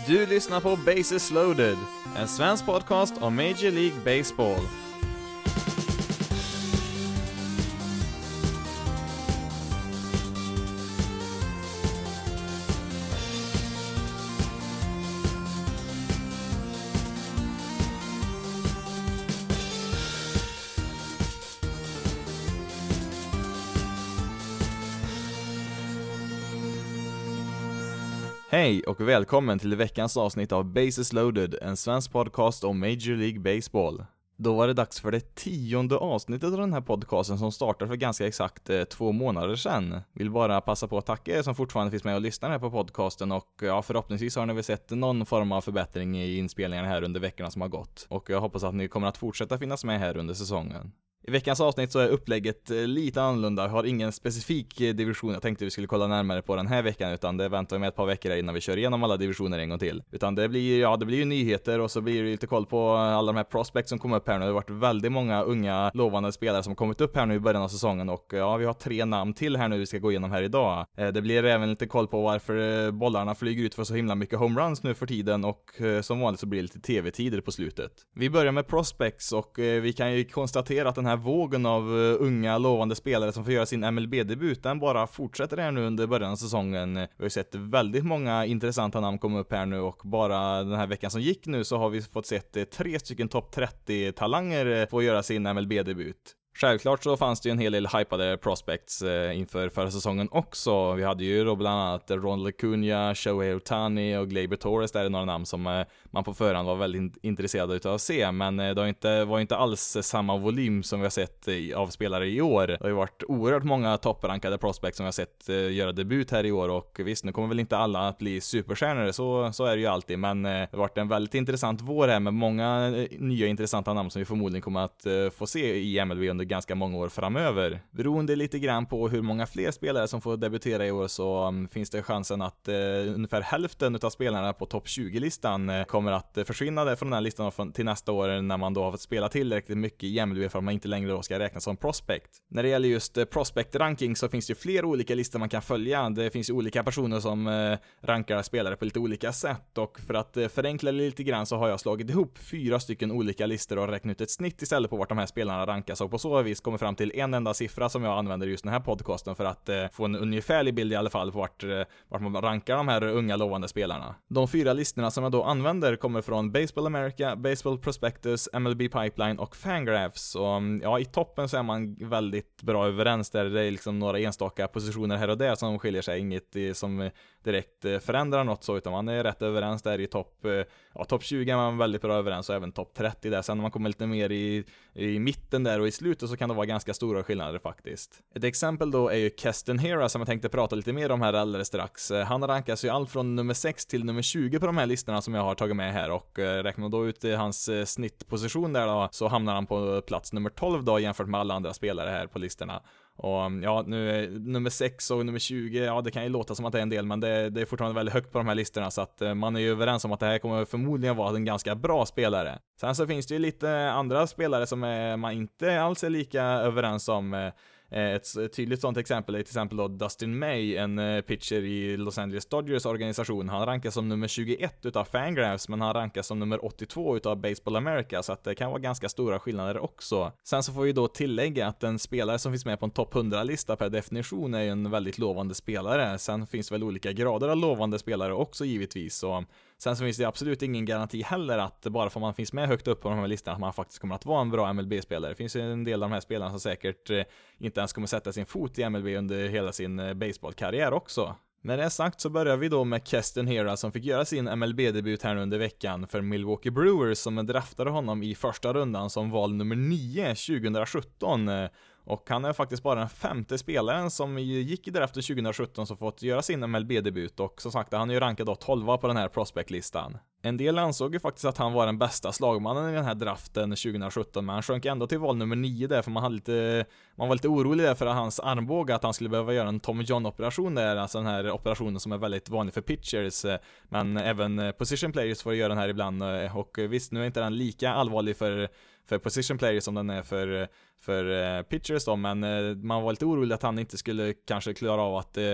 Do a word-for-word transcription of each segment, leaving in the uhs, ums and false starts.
Du lyssnar på Bases Loaded, en svensk podcast om Major League Baseball. Hej och välkommen till veckans avsnitt av Bases Loaded, en svensk podcast om Major League Baseball. Då var det dags för det tionde avsnittet av den här podcasten som startade för ganska exakt eh, två månader sedan. Vill bara passa på att tacka er som fortfarande finns med och lyssnar här på podcasten och ja, förhoppningsvis har ni väl sett någon form av förbättring i inspelningarna här under veckorna som har gått. Och jag hoppas att ni kommer att fortsätta finnas med här under säsongen. I veckans avsnitt så är upplägget lite annorlunda. Jag har ingen specifik division jag tänkte vi skulle kolla närmare på den här veckan, utan det väntar vi med ett par veckor innan vi kör igenom alla divisioner en gång till. Utan det blir, ja, det blir ju nyheter och så blir det lite koll på alla de här prospects som kommer upp här nu. Det har varit väldigt många unga lovande spelare som kommit upp här nu i början av säsongen och ja, vi har tre namn till här nu vi ska gå igenom här idag. Det blir även lite koll på varför bollarna flyger ut för så himla mycket homeruns nu för tiden och som vanligt så blir det lite tv-tider på slutet. Vi börjar med prospects och vi kan ju konstatera att den här vågen av unga lovande spelare som får göra sin M L B-debut, den bara fortsätter här nu under början av säsongen. Vi har ju sett väldigt många intressanta namn komma upp här nu och bara den här veckan som gick nu så har vi fått sett tre stycken topp trettio-talanger få göra sin M L B-debut. Självklart så fanns det ju en hel del hypade prospects eh, inför förra säsongen också. Vi hade ju då bland annat Ronald Acuna, Shohei Ohtani och Gleyber Torres. Där är några namn som eh, man på förhand var väldigt intresserad utav att se. Men eh, det har inte, var inte alls samma volym som vi har sett i, av spelare i år. Det har ju varit oerhört många topprankade prospects som vi har sett eh, göra debut här i år. Och visst, nu kommer väl inte alla att bli superstjärnor, så, så är det ju alltid. Men eh, det har varit en väldigt intressant vår här med många eh, nya intressanta namn som vi förmodligen kommer att eh, få se i M L B under ganska många år framöver. Beroende lite grann på hur många fler spelare som får debutera i år så um, finns det chansen att uh, ungefär hälften av spelarna på topp tjugo-listan uh, kommer att uh, försvinna där från den här listan från, till nästa år när man då har fått spela tillräckligt mycket i M L B för att man inte längre då ska räknas som prospect. När det gäller just uh, prospect-ranking så finns det ju fler olika listor man kan följa. Det finns ju olika personer som uh, rankar spelare på lite olika sätt och för att uh, förenkla det lite grann så har jag slagit ihop fyra stycken olika listor och räknat ut ett snitt istället på vart de här spelarna rankas och på så vis kommer fram till en enda siffra som jag använder just den här podcasten för att eh, få en ungefärlig bild i alla fall på vart, eh, vart man rankar de här unga lovande spelarna. De fyra listorna som jag då använder kommer från Baseball America, Baseball Prospectus, M L B Pipeline och Fangraphs. Och ja, i toppen så är man väldigt bra överens där. Det är liksom några enstaka positioner här och där som skiljer sig, inget i, som direkt eh, förändrar något så, utan man är rätt överens där i topp eh, ja, topp tjugo är man väldigt bra överens och även topp trettio där. Sen när man kommer lite mer i, i mitten där och i slutet så kan det vara ganska stora skillnader faktiskt. Ett exempel då är ju Keston Hiura som jag tänkte prata lite mer om här alldeles strax. Han rankas ju allt från nummer sex till nummer tjugo på de här listorna som jag har tagit med här och räknar då ut hans snittposition där då, så hamnar han på plats nummer tolv då jämfört med alla andra spelare här på listorna. Och ja, nu är nummer sex och nummer tjugo, ja det kan ju låta som att det är en del, men det, det är fortfarande väldigt högt på de här listorna så att man är ju överens om att det här kommer förmodligen vara en ganska bra spelare. Sen så finns det ju lite andra spelare som är, man inte alls är lika överens om. Ett tydligt sånt exempel är till exempel då Dustin May, en pitcher i Los Angeles Dodgers organisation. Han rankas som nummer tjugoett utav Fangraphs, men han rankas som nummer åttiotvå utav Baseball America, så att det kan vara ganska stora skillnader också. Sen så får vi då tillägga att en spelare som finns med på en topp hundra-lista per definition är en väldigt lovande spelare. Sen finns väl olika grader av lovande spelare också givetvis, så sen så finns det absolut ingen garanti heller att bara för att man finns med högt upp på de här listorna att man faktiskt kommer att vara en bra M L B-spelare. Det finns ju en del av de här spelarna som säkert inte ens kommer sätta sin fot i M L B under hela sin baseballkarriär också. Med det sagt så börjar vi då med Keston Hiura som fick göra sin M L B-debut här under veckan för Milwaukee Brewers som draftade honom i första rundan som val nummer nio tjugosjutton. Och han är faktiskt bara den femte spelaren som gick i draften tjugosjutton som fått göra sin M L B-debut. Och som sagt, han är ju rankad då tolva på den här prospect-listan. En del ansåg ju faktiskt att han var den bästa slagmannen i den här draften tjugosjutton, men han sjönk ändå till val nummer nio där för man, hade lite, man var lite orolig där för hans armbåge, att han skulle behöva göra en Tommy John-operation där, alltså den här operationen som är väldigt vanlig för pitchers, men även position players får göra den här ibland. Och visst, nu är inte den lika allvarlig för för position players som den är för, för pitchers då, men man var lite orolig att han inte skulle kanske klara av att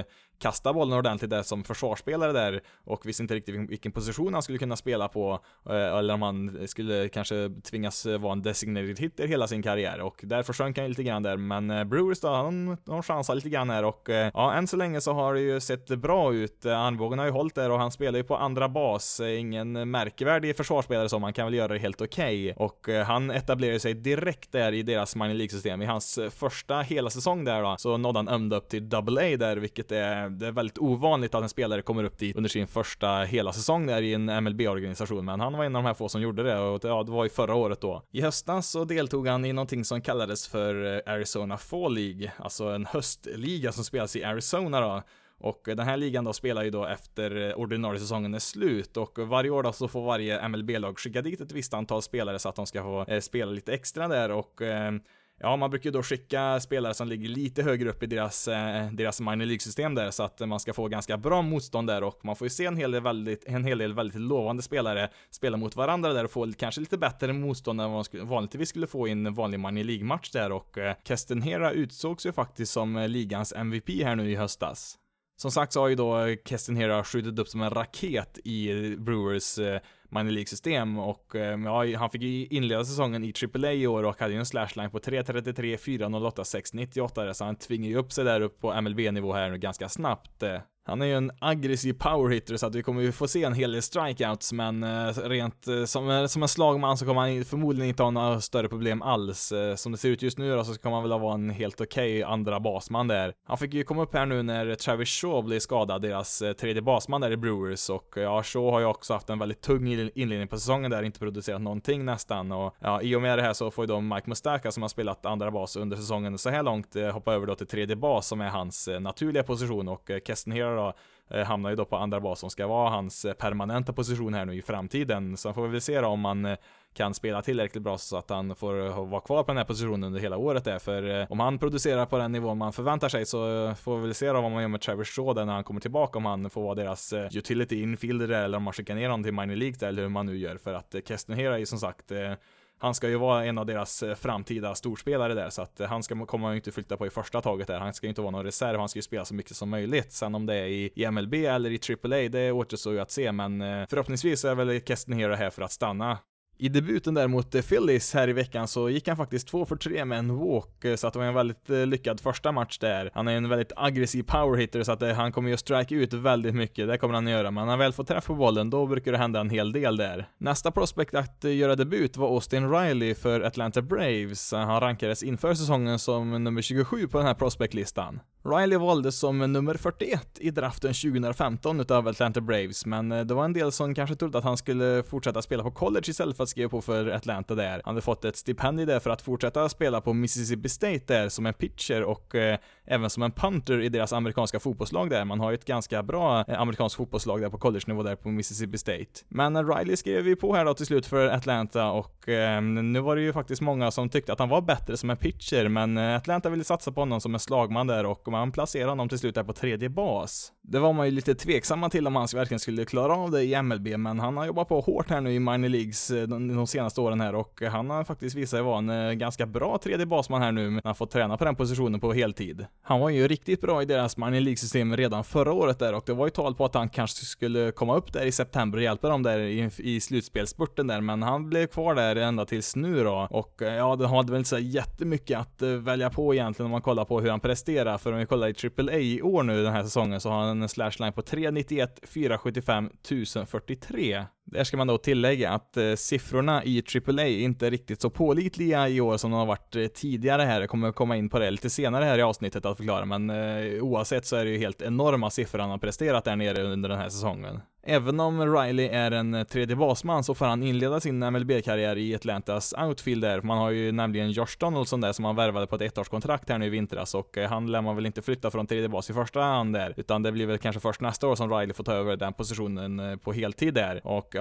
kasta bollen ordentligt där som försvarsspelare där och visste inte riktigt vilken position han skulle kunna spela på, eller om han skulle kanske tvingas vara en designated hitter hela sin karriär, och därför sjönk han lite grann där. Men Brewers då, han har chansat lite grann här, och ja, än så länge så har det ju sett bra ut. Armbågen har ju hållit där och han spelar ju på andra bas, ingen märkvärdig försvarsspelare som man kan väl göra det helt okej, okay. Och han etablerar sig direkt där i deras minor league-system. I hans första hela säsong där då, så nådde han ända upp till double A där, vilket är, det är väldigt ovanligt att en spelare kommer upp dit under sin första hela säsong där i en M L B-organisation, men han var en av de här få som gjorde det, och ja, det var i förra året då. I höstas så deltog han i någonting som kallades för Arizona Fall League, alltså en höstliga som spelas i Arizona då. Och den här ligan då spelar ju då efter ordinarie säsongen är slut, och varje år då så får varje M L B-lag skicka dit ett visst antal spelare så att de ska få eh, spela lite extra där, och eh, ja, man brukar ju då skicka spelare som ligger lite högre upp i deras, eh, deras minor league-system där, så att man ska få ganska bra motstånd där, och man får ju se en hel del väldigt, en hel del väldigt lovande spelare spela mot varandra där och få kanske lite bättre motstånd än vad man skulle, vanligtvis skulle få i en vanlig minor league-match där, och eh, Castanera utsågs ju faktiskt som ligans M V P här nu i höstas. Som sagt så har ju då Castanera skjutit upp som en raket i Brewers eh, minor league-system, och eh, ja, han fick ju inleda säsongen i triple A i år och hade ju en slashline på tre trettiotre, fyra noll åtta, sex nittioåtta, så han tvingar ju upp sig där upp på M L B-nivå här nu ganska snabbt. Eh. Han är ju en aggressiv powerhitter, så att vi kommer ju få se en hel del strikeouts, men eh, rent eh, som, som en slagman så kommer han förmodligen inte ha några större problem alls. Eh, som det ser ut just nu då, så kommer han väl vara en helt okej okay andra basman där. Han fick ju komma upp här nu när Travis Shaw blev skadad, deras eh, tredje basman där i Brewers, och ja, Shaw har ju också haft en väldigt tung inledning på säsongen där, inte producerat någonting nästan, och ja, i och med det här så får ju då Mike Mustaka, som har spelat andra bas under säsongen så här långt, eh, hoppa över då till tredje bas som är hans eh, naturliga position, och eh, Castanera då eh, hamnar ju då på andra bas som ska vara hans eh, permanenta position här nu i framtiden. Så får vi väl se då om man eh, kan spela tillräckligt bra så att han får eh, vara kvar på den här positionen under hela året där, för eh, om han producerar på den nivån man förväntar sig, så eh, får vi väl se då vad man gör med Travis Shaw där när han kommer tillbaka, om han får vara deras eh, utility infielder eller om man skickar ner honom till minor league där, eller hur man nu gör, för att eh, Castanera är ju som sagt eh, han ska ju vara en av deras framtida storspelare där, så att han ska komma ju inte flytta på i första taget där. Han ska ju inte vara någon reserv, han ska ju spela så mycket som möjligt. Sen om det är i, i M L B eller i triple A, det återstår ju att se, men förhoppningsvis är väl Castanera här för att stanna. I debuten där mot Phillies här i veckan så gick han faktiskt två för tre med en walk, så att det var en väldigt lyckad första match där. Han är en väldigt aggressiv powerhitter, så att han kommer ju att strike ut väldigt mycket, det kommer han att göra, men när han väl får träff på bollen då brukar det hända en hel del där. Nästa prospect att göra debut var Austin Riley för Atlanta Braves. Han rankades inför säsongen som nummer tjugosju på den här prospectlistan. Riley valdes som nummer fyrtioett i draften tjugohundrafemton utav Atlanta Braves, men det var en del som kanske trodde att han skulle fortsätta spela på college istället för att skriva på för Atlanta där. Han hade fått ett stipendium där för att fortsätta spela på Mississippi State där som en pitcher och eh, även som en punter i deras amerikanska fotbollslag där. Man har ju ett ganska bra eh, amerikansk fotbollslag där på college-nivå där på Mississippi State. Men Riley skrev ju på här då till slut för Atlanta, och eh, nu var det ju faktiskt många som tyckte att han var bättre som en pitcher, men Atlanta ville satsa på honom som en slagman där, och man placerade honom till slut där på tredje bas. Det var man ju lite tveksamma till om han verkligen skulle klara av det i M L B, men han har jobbat på hårt här nu i minor leagues de, de senaste åren här, och han har faktiskt visat sig vara en eh, ganska bra tredje basman här nu när han fått träna på den positionen på heltid. Han var ju riktigt bra i deras minor league-system redan förra året där, och det var ju tal på att han kanske skulle komma upp där i september och hjälpa dem där i, i slutspelspurten där, men han blev kvar där ända tills nu då, och ja, det hade väl inte så jättemycket att uh, välja på egentligen om man kollar på hur han presterar, för om vi kollar i triple A i år nu den här säsongen så har han en slashline på tre nittioett, fyra sjuttiofem, tusen fyrtiotre. Där ska man då tillägga att eh, siffrorna i triple A inte är riktigt så pålitliga i år som de har varit eh, tidigare här. Jag kommer komma in på det lite senare här i avsnittet att förklara, men eh, oavsett så är det ju helt enorma siffror han har presterat där nere under den här säsongen. Även om Riley är en tredje basman så får han inleda sin M L B-karriär i Atlantas outfield där. Man har ju nämligen Josh Donaldson där som han värvade på ett ettårskontrakt här nu i vintras, och han lär man väl inte flytta från tredje bas i första hand där, utan det blir väl kanske först nästa år som Riley får ta över den positionen på heltid där. Och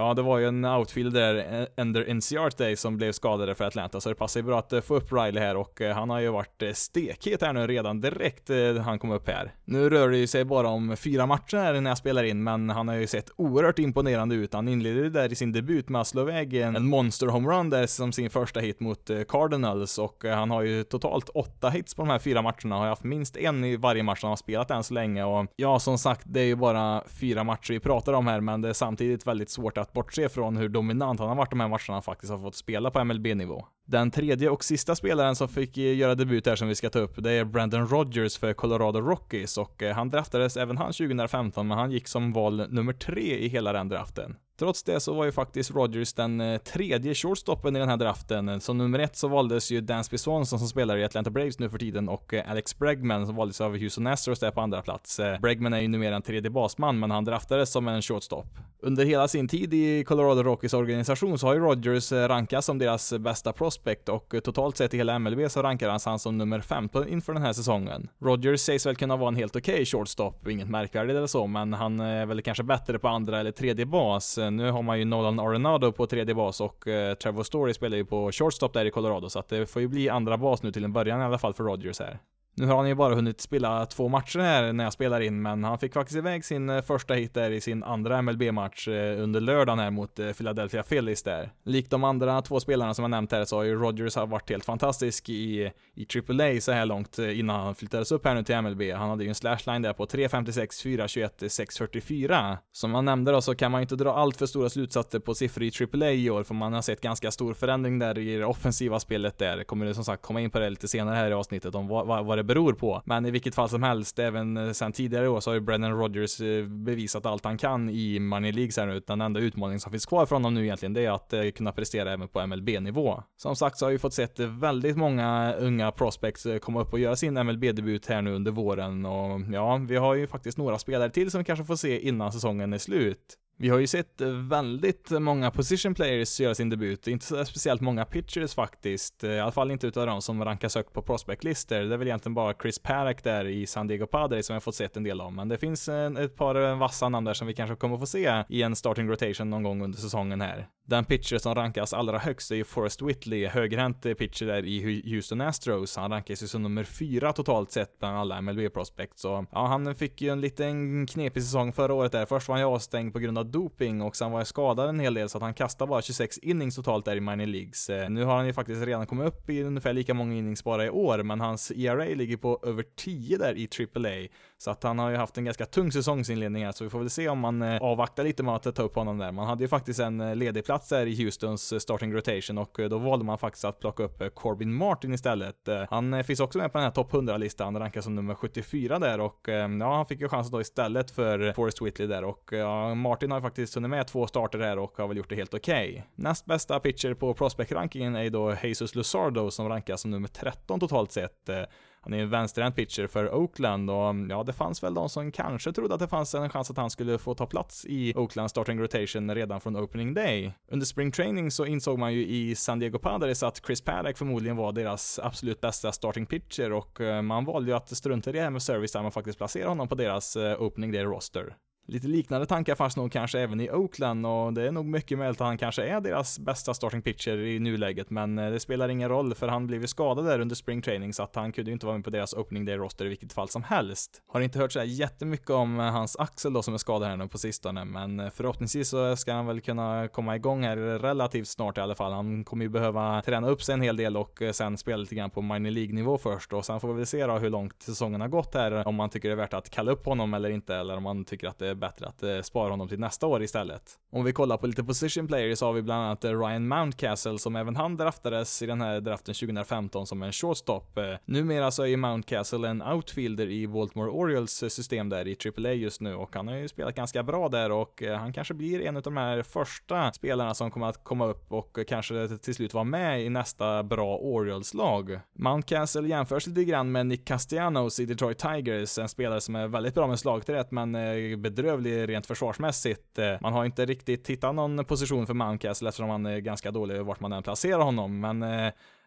ja, det var ju en outfield där, Ender Inciarte, som blev skadade för Atlanta, så det passar ju bra att få upp Riley här, och han har ju varit stekhet här nu redan direkt han kom upp här. Nu rör det ju sig bara om fyra matcher här när jag spelar in, men han har ju sett oerhört imponerande ut. Han inledde ju där i sin debut med att slå iväg en, en monster homerun där som sin första hit mot Cardinals, och han har ju totalt åtta hits på de här fyra matcherna, har haft minst en i varje match han har spelat än så länge. Och ja, som sagt, det är ju bara fyra matcher vi pratar om här, men det är samtidigt väldigt svårt att bortse från hur dominant han har varit de här matcherna han faktiskt har fått spela på M L B-nivå. Den tredje och sista spelaren som fick göra debut här som vi ska ta upp, det är Brandon Rogers för Colorado Rockies, och han draftades även han tjugohundrafemton, men han gick som val nummer tre i hela den draften. Trots det så var ju faktiskt Rogers den tredje shortstoppen i den här draften. Som nummer ett så valdes ju Dansby Swanson som spelar i Atlanta Braves nu för tiden, och Alex Bregman som valdes av Houston Astros där på andra plats. Bregman är ju numera en tredje basman, men han draftades som en shortstop. Under hela sin tid i Colorado Rockies organisation så har ju Rogers rankats som deras bästa prospect, och totalt sett i hela M L B så rankar han som nummer femton inför den här säsongen. Rogers sägs väl kunna vara en helt okej okay shortstop, inget märkvärdigt eller så, men han är väl kanske bättre på andra eller tredje bas. Nu har man ju Nolan Arenado på tredje bas, och uh, Trevor Story spelar ju på shortstop där i Colorado, så att det får ju bli andra bas nu till en början i alla fall för Rogers här. Nu har han ju bara hunnit spela två matcher här när jag spelar in, men han fick faktiskt iväg sin första hit där i sin andra M L B-match under lördagen här mot Philadelphia Phillies där. Likt de andra två spelarna som jag nämnt här så har ju Rogers varit helt fantastisk i, i triple A så här långt innan han flyttades upp här nu till M L B. Han hade ju en slashline där på tre femtiosex, fyra tjugoett, sex fyrtiofyra. Som jag nämnde då så kan man ju inte dra allt för stora slutsatser på siffror i triple A i år, för man har sett ganska stor förändring där i det offensiva spelet där. Kommer det som sagt komma in på det lite senare här i avsnittet om vad, vad, vad det beror på. Men i vilket fall som helst, även sen tidigare år så har ju Brandon Rogers bevisat allt han kan i minor leagues här nu. Den enda utmaning som finns kvar för honom nu egentligen, det är att eh, kunna prestera även på M L B-nivå. Som sagt så har vi fått sett väldigt många unga prospects komma upp och göra sin M L B-debut här nu under våren, och ja, vi har ju faktiskt några spelare till som vi kanske får se innan säsongen är slut. Vi har ju sett väldigt många position players göra sin debut, inte så speciellt många pitchers faktiskt, i alla fall inte utav de som rankas högt på prospect-lister. Det är väl egentligen bara Chris Paddock där i San Diego Padres som jag fått sett en del av, men det finns ett par vassa namn där som vi kanske kommer få se i en starting rotation någon gång under säsongen här. Den pitcher som rankas allra högst är ju Forrest Whitley, högerhänt pitcher där i Houston Astros. Han rankas ju som nummer fyra totalt sett bland alla M L B-prospects, så ja, han fick ju en liten knepig säsong förra året där. Först var han ju avstängd på grund av doping, och sen var jag skadad en hel del så att han kastade bara tjugosex innings totalt där i minor leagues. Nu har han ju faktiskt redan kommit upp i ungefär lika många innings bara i år, men hans E R A ligger på över tio där i triple A, så att han har ju haft en ganska tung säsongsinledning här, så vi får väl se om man avvaktar lite med att ta upp honom där. Man hade ju faktiskt en ledig plats där i Houstons starting rotation, och då valde man faktiskt att plocka upp Corbin Martin istället. Han finns också med på den här topp hundra-listan, han rankas som nummer sjuttiofyra där, och ja, han fick ju chansen då istället för Forrest Whitley där, och ja, Martin har ju faktiskt hunnit med två starter här och har väl gjort det helt okej. Okay. Näst bästa pitcher på prospect-rankingen är då Jesus Luzardo som rankas som nummer tretton totalt sett. Han är en vänsterhänt pitcher för Oakland, och ja, det fanns väl de som kanske trodde att det fanns en chans att han skulle få ta plats i Oakland starting rotation redan från opening day. Under spring training så insåg man ju i San Diego Padres att Chris Paddock förmodligen var deras absolut bästa starting pitcher, och man valde ju att strunta i det här med service där man faktiskt placerade honom på deras opening day roster. Lite liknande tankar fanns nog kanske även i Oakland, och det är nog mycket möjligt att han kanske är deras bästa starting pitcher i nuläget, men det spelar ingen roll för han blev ju skadad där under spring training, så att han kunde ju inte vara med på deras opening day roster i vilket fall som helst. Har inte hört så här jättemycket om hans axel då som är skadad här nu på sistone, men förhoppningsvis så ska han väl kunna komma igång här relativt snart i alla fall. Han kommer ju behöva träna upp sig en hel del och sen spela lite grann på minor league-nivå först, och sen får vi väl se då hur långt säsongen har gått här, om man tycker det är värt att kalla upp honom eller inte, eller om man tycker att det är bättre att eh, spara honom till nästa år istället. Om vi kollar på lite position players så har vi bland annat Ryan Mountcastle som även han draftades i den här draften tjugohundrafemton som en shortstop. Eh, numera så är ju Mountcastle en outfielder i Baltimore Orioles system där i triple A just nu, och han har ju spelat ganska bra där, och eh, han kanske blir en av de här första spelarna som kommer att komma upp och kanske till slut vara med i nästa bra Orioles-lag. Mountcastle jämförs lite grann med Nick Castellanos i Detroit Tigers, en spelare som är väldigt bra med slagträtt men eh, bedrövlig rent försvarsmässigt. Man har inte riktigt hittat någon position för Mountcastle eftersom han är ganska dålig vart man än placerar honom, men eh,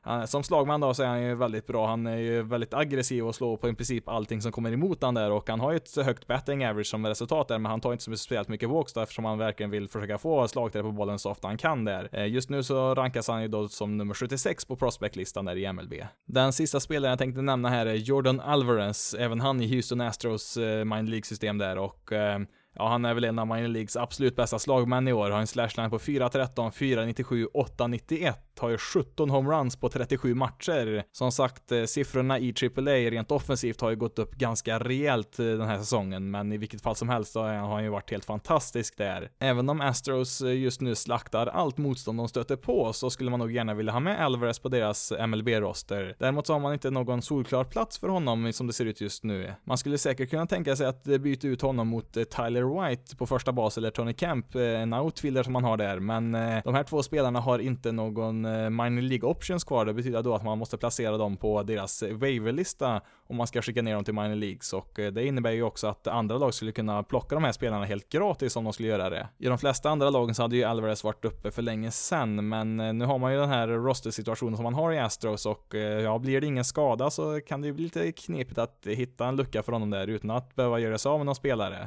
Han, som slagman då så är han ju väldigt bra. Han är ju väldigt aggressiv och slår på i princip allting som kommer emot han där, och han har ju ett högt batting average som resultat där, men han tar inte så speciellt mycket walks då, eftersom han verkligen vill försöka få slagträff på bollen så ofta han kan där. Just nu så rankas han ju då som nummer sjuttiosex på prospect-listan där i M L B. Den sista spelaren jag tänkte nämna här är Jordan Alvarez, även han i Houston Astros eh, minor league-system där, och eh, ja, han är väl en av minor leagues absolut bästa slagmän i år. Har en slashline på fyra tretton, fyra nittiosju, åtta nittioett. Har ju sjutton homeruns på trettiosju matcher. Som sagt, siffrorna i triple A rent offensivt har ju gått upp ganska rejält den här säsongen, men i vilket fall som helst så har han ju varit helt fantastisk där. Även om Astros just nu slaktar allt motstånd de stöter på, så skulle man nog gärna vilja ha med Alvarez på deras M L B-roster. Däremot så har man inte någon solklar plats för honom som det ser ut just nu. Man skulle säkert kunna tänka sig att byta ut honom mot Tyler White på första bas, eller Tony Kemp, en outfielder som man har där, men de här två spelarna har inte någon minor league options kvar. Det betyder då att man måste placera dem på deras waiverlista om man ska skicka ner dem till minor leagues, och det innebär ju också att andra lag skulle kunna plocka de här spelarna helt gratis om de skulle göra det. I de flesta andra lagen så hade ju Alvarez varit uppe för länge sedan, men nu har man ju den här roster-situationen som man har i Astros, och ja, blir det ingen skada så kan det ju bli lite knepigt att hitta en lucka för honom där utan att behöva göra sig av med någon spelare.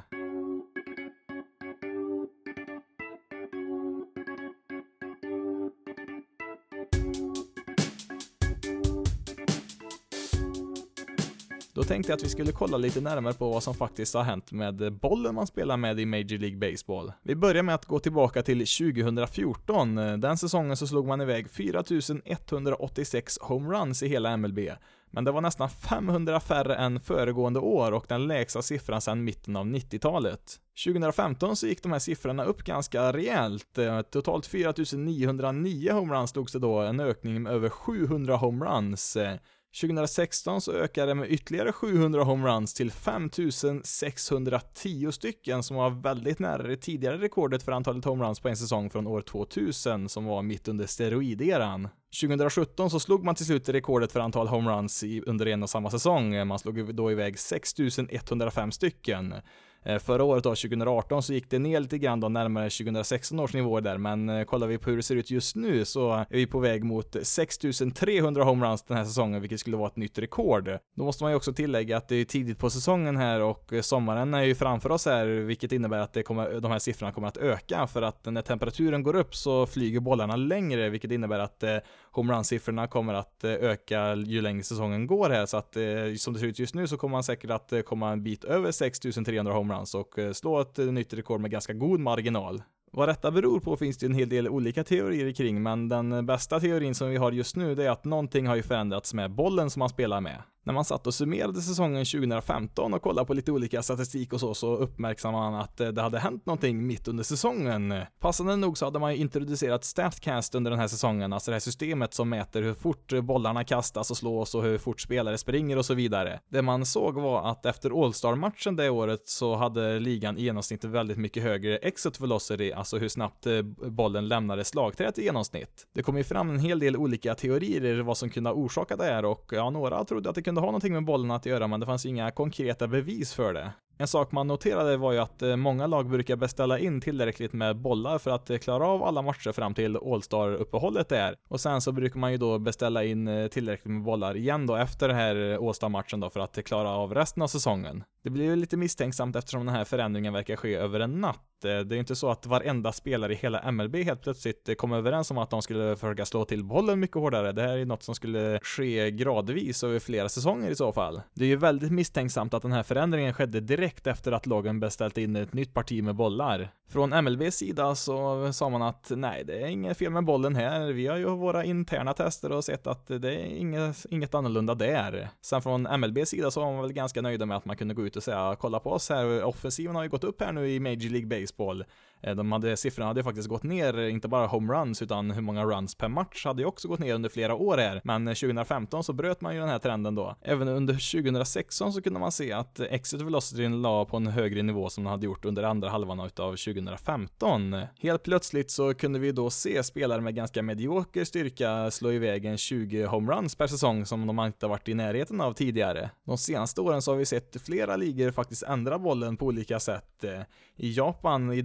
Då tänkte jag att vi skulle kolla lite närmare på vad som faktiskt har hänt med bollen man spelar med i Major League Baseball. Vi börjar med att gå tillbaka till tjugohundrafjorton. Den säsongen så slog man iväg fyra tusen etthundraåttiosex homeruns i hela M L B. Men det var nästan femhundra färre än föregående år och den lägsta siffran sedan mitten av nittiotalet. tjugohundrafemton så gick de här siffrorna upp ganska rejält. Totalt fyra tusen niohundranio homeruns slogs det då, en ökning med över sjuhundra homeruns. tjugohundrasexton så ökade det med ytterligare sjuhundra homeruns till fem tusen sexhundratio stycken, som var väldigt nära det tidigare rekordet för antalet homeruns på en säsong från år tvåtusen som var mitt under steroideran. tjugohundrasjutton så slog man till slut rekordet för antal homeruns under en och samma säsong. Man slog då iväg sex tusen etthundrafem stycken. Förra året då, tjugohundraarton, så gick det ner lite grann då, närmare tjugohundrasexton års nivå där, men kollar vi på hur det ser ut just nu så är vi på väg mot sex tusen trehundra homeruns den här säsongen, vilket skulle vara ett nytt rekord. Då måste man ju också tillägga att det är tidigt på säsongen här och sommaren är ju framför oss här, vilket innebär att det kommer, de här siffrorna kommer att öka, för att när temperaturen går upp så flyger bollarna längre, vilket innebär att eh, homerun-siffrorna kommer att eh, öka ju längre säsongen går här, så att eh, som det ser ut just nu så kommer man säkert att eh, komma en bit över sex tusen trehundra homeruns och slå ett nytt rekord med ganska god marginal. Vad detta beror på finns det en hel del olika teorier kring, men den bästa teorin som vi har just nu det är att någonting har ju förändrats med bollen som man spelar med. När man satt och summerade säsongen tjugohundrafemton och kollade på lite olika statistik och så, så uppmärksammade man att det hade hänt någonting mitt under säsongen. Passande nog så hade man ju introducerat Statcast under den här säsongen, alltså det här systemet som mäter hur fort bollarna kastas och slås och hur fort spelare springer och så vidare. Det man såg var att efter All-Star-matchen det året så hade ligan i genomsnitt väldigt mycket högre exit velocity, alltså hur snabbt bollen lämnade slagträet i genomsnitt. Det kom ju fram en hel del olika teorier vad som kunde orsaka det här, och ja, några trodde att det kunde ha någonting med bollen att göra, men det fanns inga konkreta bevis för det. En sak man noterade var ju att många lag brukar beställa in tillräckligt med bollar för att klara av alla matcher fram till All-Star-uppehållet där. Och sen så brukar man ju då beställa in tillräckligt med bollar igen då efter den här All-Star-matchen då för att klara av resten av säsongen. Det blir ju lite misstänksamt eftersom den här förändringen verkar ske över en natt. Det är ju inte så att varenda spelare i hela M L B helt plötsligt kom överens om att de skulle försöka slå till bollen mycket hårdare. Det här är något som skulle ske gradvis över flera säsonger i så fall. Det är ju väldigt misstänksamt att den här förändringen skedde direkt efter att lagen beställt in ett nytt parti med bollar. Från M L B:s sida så sa man att nej, det är inget fel med bollen här. Vi har ju våra interna tester och sett att det är inget, inget annorlunda där. Sen från M L B:s sida så var man väl ganska nöjda med att man kunde gå ut och säga, kolla på oss här, offensiven har ju gått upp här nu i Major League Baseball. De hade, siffrorna hade faktiskt gått ner, inte bara home runs utan hur många runs per match hade ju också gått ner under flera år här. Men tjugohundrafemton så bröt man ju den här trenden då. Även under tjugohundrasexton så kunde man se att exit velocity la på en högre nivå som den hade gjort under andra halvan av tjugohundrafemton. Helt plötsligt så kunde vi då se spelare med ganska medioker styrka slå iväg en tjugo home runs per säsong som de inte varit i närheten av tidigare. De senaste åren så har vi sett flera ligor faktiskt ändra bollen på olika sätt. I Japan, i deras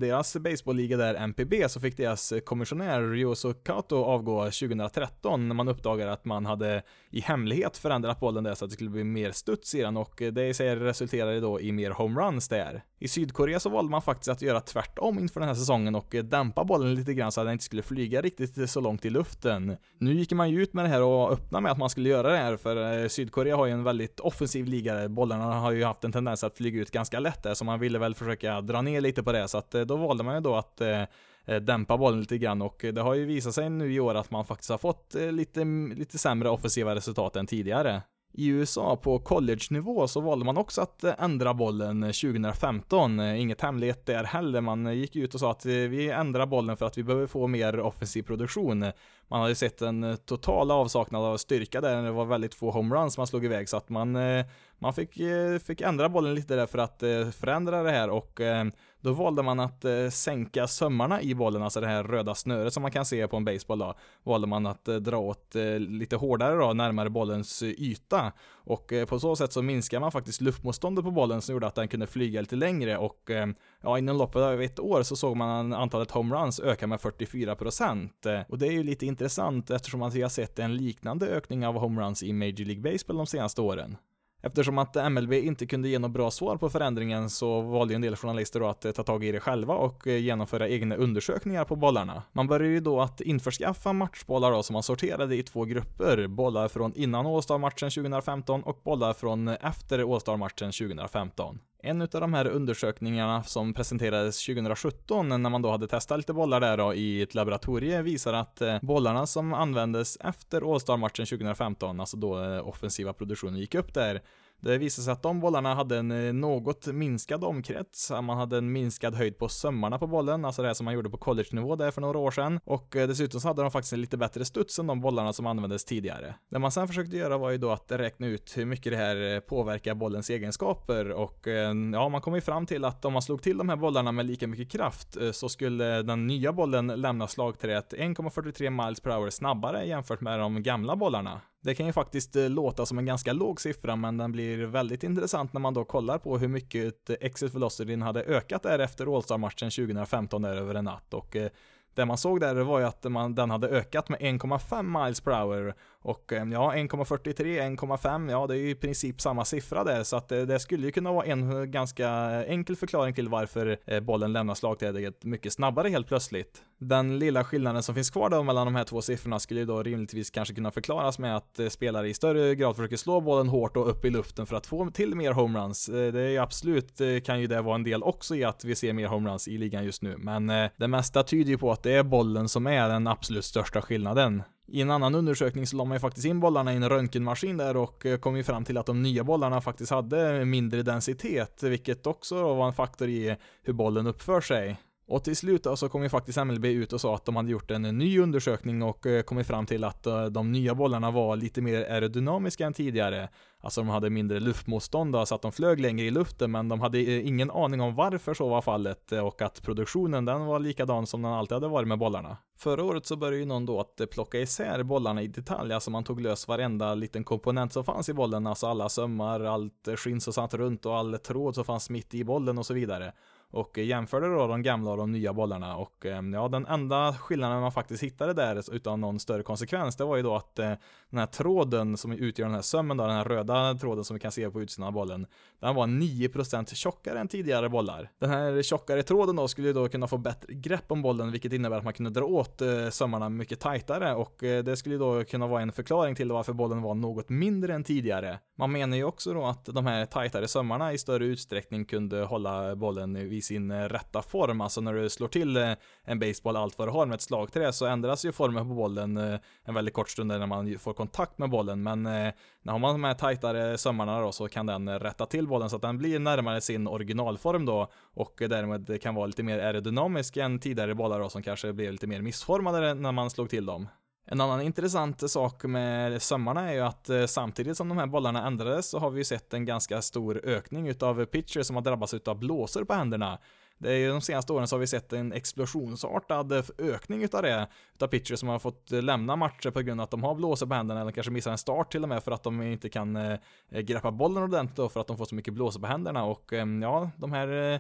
baseballliga där M P B så fick deras kommissionär Ryoso Kato avgå tjugohundratretton när man uppdagade att man hade i hemlighet förändrat bollen där så att det skulle bli mer studs i den, och det i sig resulterade då i mer homeruns där. I Sydkorea så valde man faktiskt att göra tvärtom inför den här säsongen och dämpa bollen lite grann så att den inte skulle flyga riktigt så långt i luften. Nu gick man ju ut med det här och öppna med att man skulle göra det här, för Sydkorea har ju en väldigt offensiv liga. Bollarna har ju haft en tendens att flyga ut ganska lätt där, så man ville väl försöka dra ner lite på det, så att då valde man ju då att eh, dämpa bollen lite grann, och det har ju visat sig nu i år att man faktiskt har fått eh, lite, lite sämre offensiva resultat än tidigare. I U S A på college-nivå så valde man också att ändra bollen tjugohundrafemton. Inget hemlighet där heller. Man gick ut och sa att vi ändrar bollen för att vi behöver få mer offensiv produktion. Man hade ju sett en total avsaknad av styrka där. Det var väldigt få homeruns man slog iväg, så att man, man fick, fick ändra bollen lite där för att förändra det här, och då valde man att sänka sömmarna i bollen, alltså det här röda snöret som man kan se på en baseball då, valde man att dra åt lite hårdare då, närmare bollens yta, och på så sätt så minskar man faktiskt luftmotståndet på bollen som gjorde att den kunde flyga lite längre, och ja, inom loppet av ett år så såg man antalet homeruns öka med fyrtiofyra procent, och det är ju lite intressant eftersom att vi har sett en liknande ökning av homeruns i Major League Baseball de senaste åren. Eftersom att M L B inte kunde ge något bra svar på förändringen så valde en del journalister då att ta tag i det själva och genomföra egna undersökningar på bollarna. Man började ju då att införskaffa matchbollar då som man sorterade i två grupper. Bollar från innan All-Star-matchen tjugohundrafemton och bollar från efter All-Star-matchen tjugohundrafemton. En av de här undersökningarna som presenterades tjugohundrasjutton när man då hade testat lite bollar där då i ett laboratorie visar att bollarna som användes efter All-Star-matchen tjugohundrafemton, alltså då offensiva produktionen gick upp där, det visade sig att de bollarna hade en något minskad omkrets, man hade en minskad höjd på sömmarna på bollen, alltså det här som man gjorde på college-nivå där för några år sedan, och dessutom så hade de faktiskt en lite bättre studs än de bollarna som användes tidigare. Det man sen försökte göra var ju då att räkna ut hur mycket det här påverkar bollens egenskaper, och ja, man kom ju fram till att om man slog till de här bollarna med lika mycket kraft så skulle den nya bollen lämna slagträet en komma fyrtiotre miles per hour snabbare jämfört med de gamla bollarna. Det kan ju faktiskt låta som en ganska låg siffra, men den blir väldigt intressant när man då kollar på hur mycket exit velocityn hade ökat där efter All-Star-matchen tjugohundrafemton där över en natt, och det man såg där var ju att man, den hade ökat med en komma fem miles per hour, och ja, en komma fyrtiotre, en komma fem, ja det är ju i princip samma siffra där, så att det, det skulle ju kunna vara en ganska enkel förklaring till varför bollen lämnar slagträdet mycket snabbare helt plötsligt. Den lilla skillnaden som finns kvar då mellan de här två siffrorna skulle ju då rimligtvis kanske kunna förklaras med att spelare i större grad försöker slå bollen hårt och upp i luften för att få till mer homeruns. Det är ju absolut, kan ju det vara en del också i att vi ser mer homeruns i ligan just nu, men det mesta tyder ju på att det är bollen som är den absolut största skillnaden. I en annan undersökning så la man ju faktiskt in bollarna i en röntgenmaskin där och kom ju fram till att de nya bollarna faktiskt hade mindre densitet, vilket också var en faktor i hur bollen uppför sig. Och till slut så kom ju faktiskt M L B ut och sa att de hade gjort en ny undersökning och kommit fram till att de nya bollarna var lite mer aerodynamiska än tidigare. Alltså de hade mindre luftmotstånd då, så att de flög längre i luften, men de hade ingen aning om varför så var fallet, och att produktionen den var likadan som den alltid hade varit med bollarna. Förra året så började ju någon då att plocka isär bollarna i detalj, alltså man tog lös varenda liten komponent som fanns i bollen, alltså alla sömmar, allt skinn som satt runt och all tråd som fanns mitt i bollen och så vidare. Och jämförde då de gamla och de nya bollarna, och ja, den enda skillnaden man faktiskt hittade där utan någon större konsekvens, det var ju då att den här tråden som utgör den här sömmen då, den här röda tråden som vi kan se på utsidan av bollen, den var nio procent tjockare än tidigare bollar. Den här tjockare tråden då skulle ju då kunna få bättre grepp om bollen, vilket innebär att man kunde dra åt sömmarna mycket tajtare, och det skulle då kunna vara en förklaring till varför bollen var något mindre än tidigare. Man menar ju också då att de här tajtare sömmarna i större utsträckning kunde hålla bollen vid sin rätta form, alltså när du slår till en baseball allt vad du har med ett slagträ så ändras ju formen på bollen en väldigt kort stund när man får kontakt med bollen, men när man har de här tajtare sömmarna då så kan den rätta till bollen så att den blir närmare sin originalform då, och därmed kan vara lite mer aerodynamisk än tidigare bollar då, som kanske blev lite mer missformade när man slog till dem. En annan intressant sak med sömmarna är ju att samtidigt som de här bollarna ändrades så har vi ju sett en ganska stor ökning utav pitchers som har drabbats utav blåsor på händerna. Det är ju de senaste åren så har vi sett en explosionsartad ökning utav det, utav pitchers som har fått lämna matcher på grund av att de har blåsor på händerna, eller kanske missar en start till och med för att de inte kan eh, greppa bollen ordentligt då, för att de får så mycket blåsor på händerna. Och eh, ja, de här eh,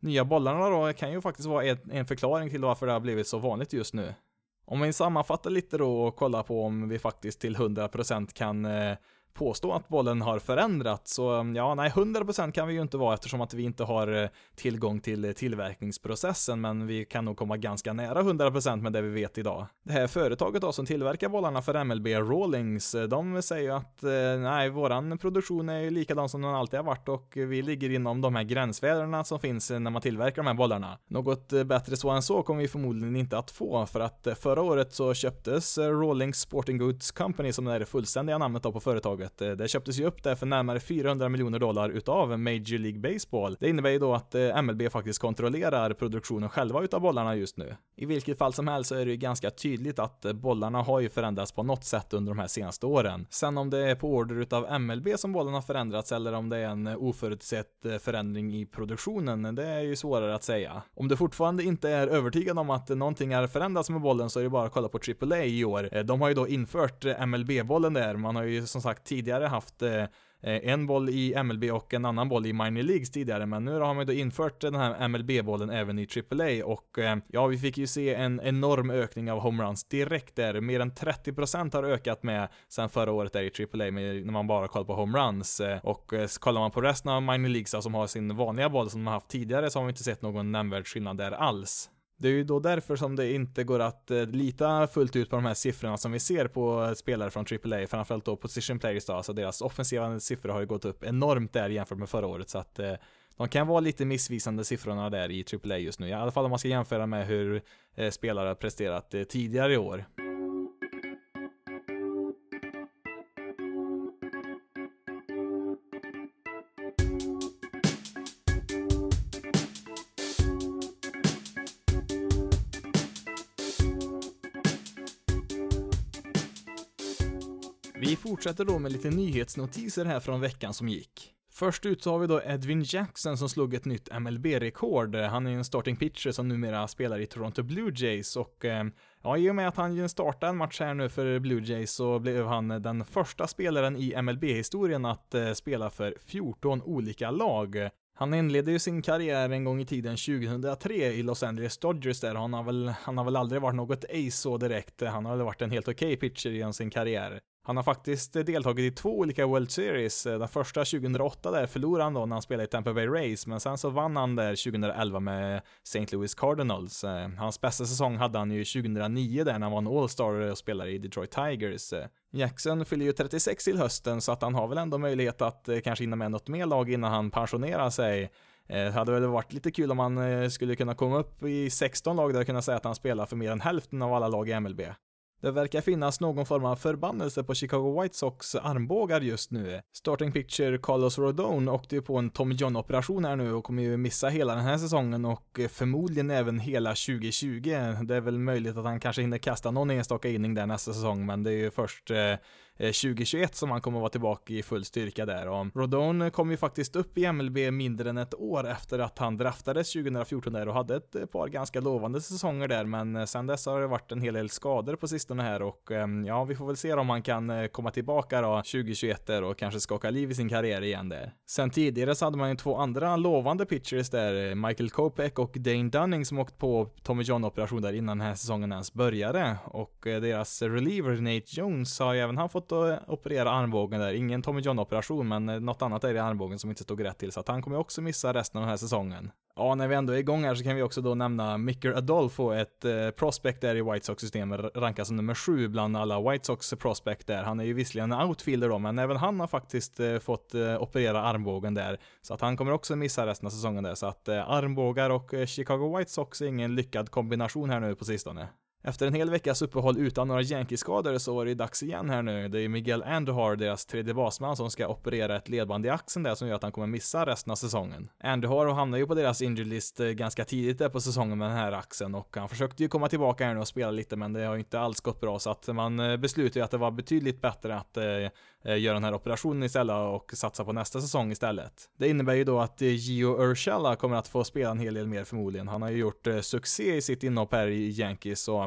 nya bollarna då kan ju faktiskt vara en, en förklaring till varför det har blivit så vanligt just nu. Om vi sammanfattar lite då och kollar på om vi faktiskt till hundra procent kan eh, påstå att bollen har förändrats, så ja, nej, hundra procent kan vi ju inte vara eftersom att vi inte har tillgång till tillverkningsprocessen, men vi kan nog komma ganska nära hundra procent med det vi vet idag. Det här företaget då som tillverkar bollarna för M L B, Rawlings, de säger att nej, våran produktion är ju likadan som den alltid har varit och vi ligger inom de här gränsvärdena som finns när man tillverkar de här bollarna. Något bättre så än så kommer vi förmodligen inte att få, för att förra året så köptes Rawlings Sporting Goods Company, som är det fullständiga namnet då på företaget. Det köptes ju upp där för närmare fyrahundra miljoner dollar utav Major League Baseball. Det innebär ju då att M L B faktiskt kontrollerar produktionen själva utav bollarna just nu. I vilket fall som helst så är det ju ganska tydligt att bollarna har ju förändrats på något sätt under de här senaste åren. Sen om det är på order utav M L B som bollarna har förändrats eller om det är en oförutsett förändring i produktionen, det är ju svårare att säga. Om du fortfarande inte är övertygad om att någonting är förändrats med bollen så är det bara att kolla på triple A i år. De har ju då infört M L B-bollen där. Man har ju som sagt tidigare haft eh, en boll i M L B och en annan boll i minor leagues tidigare, men nu har man ju då infört den här M L B-bollen även i triple A och eh, ja, vi fick ju se en enorm ökning av homeruns direkt där. Mer än trettio procent har ökat med sen förra året där i triple A med, när man bara kollar på homeruns och eh, kollar man på resten av minor leagues som har sin vanliga boll som de har haft tidigare så har vi inte sett någon nämnvärd skillnad där alls. Det är ju då därför som det inte går att eh, lita fullt ut på de här siffrorna som vi ser på spelare från triple A, framförallt då position players då, alltså deras offensiva siffror har ju gått upp enormt där jämfört med förra året, så att eh, de kan vara lite missvisande siffrorna där i triple A just nu, i alla fall om man ska jämföra med hur eh, spelare har presterat eh, tidigare i år. Vi fortsätter då med lite nyhetsnotiser här från veckan som gick. Först ut så har vi då Edwin Jackson som slog ett nytt M L B-rekord. Han är en starting pitcher som numera spelar i Toronto Blue Jays och ja, i och med att han startade en match här nu för Blue Jays så blev han den första spelaren i M L B-historien att spela för fjorton olika lag. Han inledde ju sin karriär en gång i tiden tjugohundratre i Los Angeles Dodgers där. Han har väl, han har väl aldrig varit något ace så direkt. Han har väl varit en helt okej pitcher genom sin karriär. Han har faktiskt deltagit i två olika World Series. Den första tjugohundraåtta där förlorade han då när han spelade i Tampa Bay Rays, men sen så vann han där tjugohundraelva med Saint Louis Cardinals. Hans bästa säsong hade han ju tjugohundranio där när han var en All-Star och spelade i Detroit Tigers. Jackson fyller ju trettiosex till hösten så att han har väl ändå möjlighet att kanske hinna med något mer lag innan han pensionerar sig. Det hade väl varit lite kul om han skulle kunna komma upp i sexton lag där och kunna säga att han spelar för mer än hälften av alla lag i M L B. Det verkar finnas någon form av förbannelse på Chicago White Sox armbågar just nu. Starting pitcher Carlos Rodon åkte ju på en Tommy John-operation här nu och kommer ju missa hela den här säsongen och förmodligen även hela tjugo tjugo. Det är väl möjligt att han kanske hinner kasta någon enstaka inning där nästa säsong, men det är ju först eh, tjugo tjugoett som han kommer vara tillbaka i full styrka där. Och Rodon kom ju faktiskt upp i M L B mindre än ett år efter att han draftades tjugohundrafjorton där och hade ett par ganska lovande säsonger där, men sen dess har det varit en hel del skador på sistone här och ja, vi får väl se om han kan komma tillbaka då tjugo tjugoett där och kanske skaka liv i sin karriär igen där. Sen tidigare så hade man ju två andra lovande pitchers där, Michael Kopech och Dane Dunning, som åkt på Tommy John-operation där innan den här säsongen ens började, och deras reliever Nate Jones har ju även han fått operera armbågen där. Ingen Tommy John-operation, men något annat är i armbågen som inte stod rätt till, så att han kommer också missa resten av den här säsongen. Ja, när vi ändå är igång här så kan vi också då nämna Micker Adolfo, ett eh, prospect där i White Sox-systemet, rankas som nummer sju bland alla White Sox prospect där. Han är ju visserligen en outfielder då, men även han har faktiskt eh, fått eh, operera armbågen där, så att han kommer också missa resten av säsongen där, så att eh, armbågar och eh, Chicago White Sox är ingen lyckad kombination här nu på sistone. Efter en hel veckas uppehåll utan några Yankee-skador så var det dags igen här nu. Det är Miguel Andujar, deras tredje basman, som ska operera ett ledband i axeln där som gör att han kommer missa resten av säsongen. Andujar hamnar ju på deras injury list ganska tidigt där på säsongen med den här axeln och han försökte ju komma tillbaka här nu och spela lite, men det har inte alls gått bra, så att man beslutade att det var betydligt bättre att eh, göra den här operationen istället och satsa på nästa säsong istället. Det innebär ju då att Gio Urshela kommer att få spela en hel del mer förmodligen. Han har ju gjort eh, succé i sitt inhopp här i Yankees, så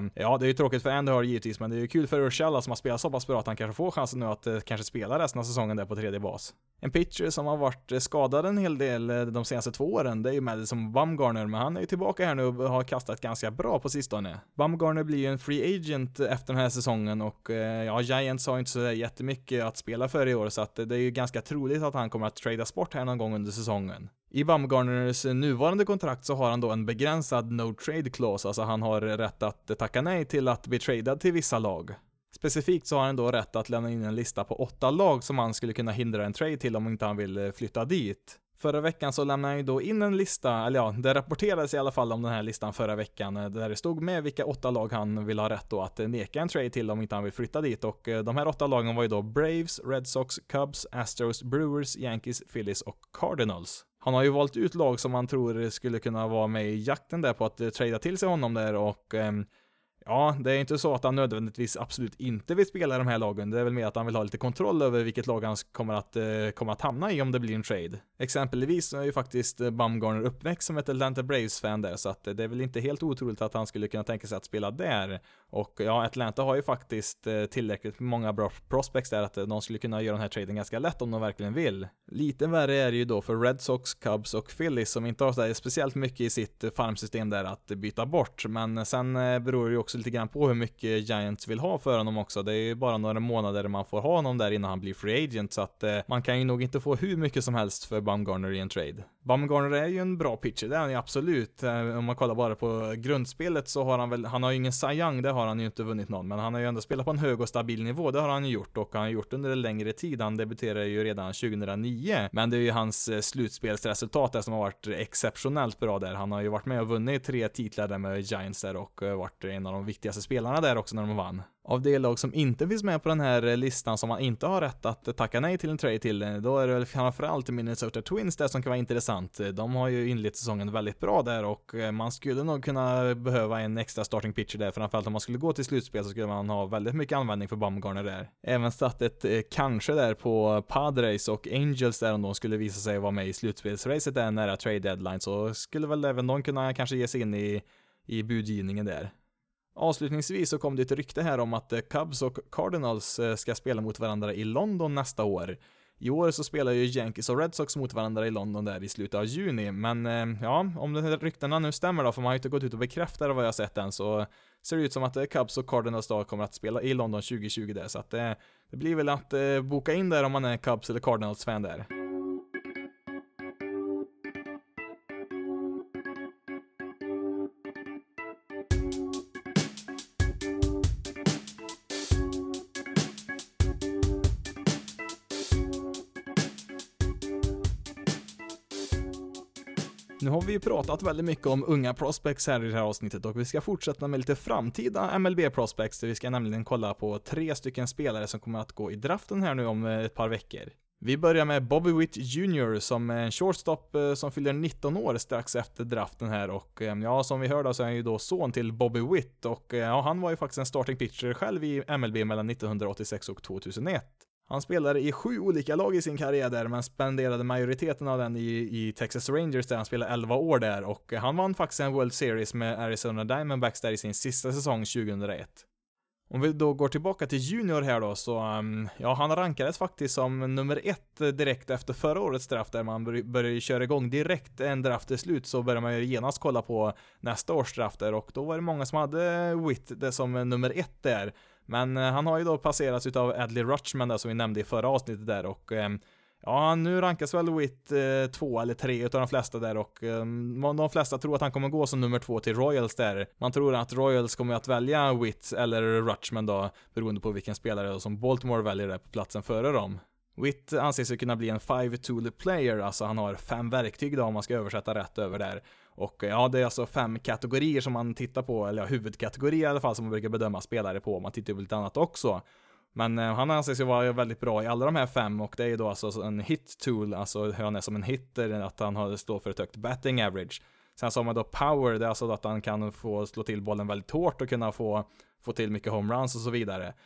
ja, det är ju tråkigt för Andujar givetvis, men det är ju kul för Urshela som har spelat så pass bra att han kanske får chansen nu att eh, kanske spela resten av säsongen där på tredje bas. En pitcher som har varit skadad en hel del de senaste två åren, det är ju Madison Bumgarner, men han är ju tillbaka här nu och har kastat ganska bra på sistone. Bumgarner blir ju en free agent efter den här säsongen och ja, Giants har inte så jättemycket att spela för i år, så att det är ju ganska troligt att han kommer att tradas bort här någon gång under säsongen. I Bumgarners nuvarande kontrakt så har han då en begränsad no trade clause, alltså han har rätt att tacka nej till att bli tradad till vissa lag. Specifikt så har han då rätt att lämna in en lista på åtta lag som han skulle kunna hindra en trade till om inte han vill flytta dit. Förra veckan så lämnade han ju då in en lista, eller ja, det rapporterades i alla fall om den här listan förra veckan, där det stod med vilka åtta lag han vill ha rätt då att neka en trade till om inte han vill flytta dit, och de här åtta lagen var ju då Braves, Red Sox, Cubs, Astros, Brewers, Yankees, Phillies och Cardinals. Han har ju valt ut lag som han tror skulle kunna vara med i jakten där på att trada till sig honom där, och ehm, ja, det är inte så att han nödvändigtvis absolut inte vill spela i de här lagen. Det är väl mer att han vill ha lite kontroll över vilket lag han kommer att, eh, kommer att hamna i om det blir en trade. Exempelvis så är ju faktiskt Bumgarner uppväxt som ett Atlanta Braves-fan där, så att det är väl inte helt otroligt att han skulle kunna tänka sig att spela där. Och ja, Atlanta har ju faktiskt eh, tillräckligt många bra prospects där att de skulle kunna göra den här traden ganska lätt om de verkligen vill. Lite värre är det ju då för Red Sox, Cubs och Phillies som inte har så speciellt mycket i sitt farmsystem där att byta bort, men sen eh, beror det ju också lite grann på hur mycket Giants vill ha för honom också. Det är ju bara några månader man får ha honom där innan han blir free agent, så att eh, man kan ju nog inte få hur mycket som helst för Bumgarner i en trade. Bumgarner är ju en bra pitcher, det är han ju absolut. Eh, om man kollar bara på grundspelet så har han väl, han har ju ingen Cy Young, det har han ju inte vunnit någon, men han har ju ändå spelat på en hög och stabil nivå, det har han ju gjort, och han har gjort under en längre tid. Han debuterade ju redan tjugohundranio, men det är ju hans eh, slutspelsresultat där som har varit exceptionellt bra där. Han har ju varit med och vunnit tre titlar där med Giants där och eh, varit en av de viktigaste spelarna där också när de vann. Av det lag som inte finns med på den här listan som man inte har rätt att tacka nej till en trade till, då är det väl framförallt Minnesota Twins där som kan vara intressant. De har ju inlett säsongen väldigt bra där och man skulle nog kunna behöva en extra starting pitcher där, framförallt om man skulle gå till slutspel så skulle man ha väldigt mycket användning för Bumgarner där. Även satt ett eh, kanske där på Padres och Angels där om de skulle visa sig vara med i slutspelsracet där nära trade deadline, så skulle väl även de kunna kanske ge sig in i, i budgivningen där. Avslutningsvis så kom det ett rykte här om att Cubs och Cardinals ska spela mot varandra i London nästa år. I år så spelar ju Yankees och Red Sox mot varandra i London där i slutet av juni, men ja, om de här ryktena nu stämmer då, för man har ju inte gått ut och bekräftat vad jag har sett än, så ser det ut som att Cubs och Cardinals då kommer att spela i London tjugo tjugo där, så att det, det blir väl att boka in där om man är Cubs eller Cardinals fan där. Nu har vi ju pratat väldigt mycket om unga prospects här i det här avsnittet och vi ska fortsätta med lite framtida M L B-prospects. Vi ska nämligen kolla på tre stycken spelare som kommer att gå i draften här nu om ett par veckor. Vi börjar med Bobby Witt junior som är en shortstop som fyller nitton år strax efter draften här, och ja, som vi hörde så är han ju då son till Bobby Witt, och ja, han var ju faktiskt en starting pitcher själv i M L B mellan nittonhundraåttiosex och tvåtusenett. Han spelade i sju olika lag i sin karriär där, men spenderade majoriteten av den i, i Texas Rangers där han spelade elva år där, och han vann faktiskt en World Series med Arizona Diamondbacks där i sin sista säsong tjugohundraett. Om vi då går tillbaka till junior här då, så um, ja, han rankades faktiskt som nummer ett direkt efter förra årets draft där man började köra igång direkt en draft är slut, så börjar man ju genast kolla på nästa års drafter, och då var det många som hade Witt det som nummer ett där. Men uh, han har ju då passerats utav Adley Rutschman där som vi nämnde i förra avsnittet där, och um, ja, nu rankas väl Witt eh, två eller tre utav de flesta där, och eh, de flesta tror att han kommer gå som nummer två till Royals där. Man tror att Royals kommer att välja Witt eller Rutschman då, beroende på vilken spelare som Baltimore väljer där på platsen före dem. Witt anses ju kunna bli en five-tool player, alltså han har fem verktyg då om man ska översätta rätt över där. Och ja, det är alltså fem kategorier som man tittar på, eller ja, huvudkategorier i alla fall som man brukar bedöma spelare på. Man tittar på lite annat också. Men eh, han anses ju vara väldigt bra i alla de här fem, och det är ju då alltså en hit tool, alltså hur han är som en hitter, att han har står för ett högt batting average. Sen så har man då power, det är alltså att han kan få slå till bollen väldigt hårt och kunna få, få till mycket home runs och så vidare.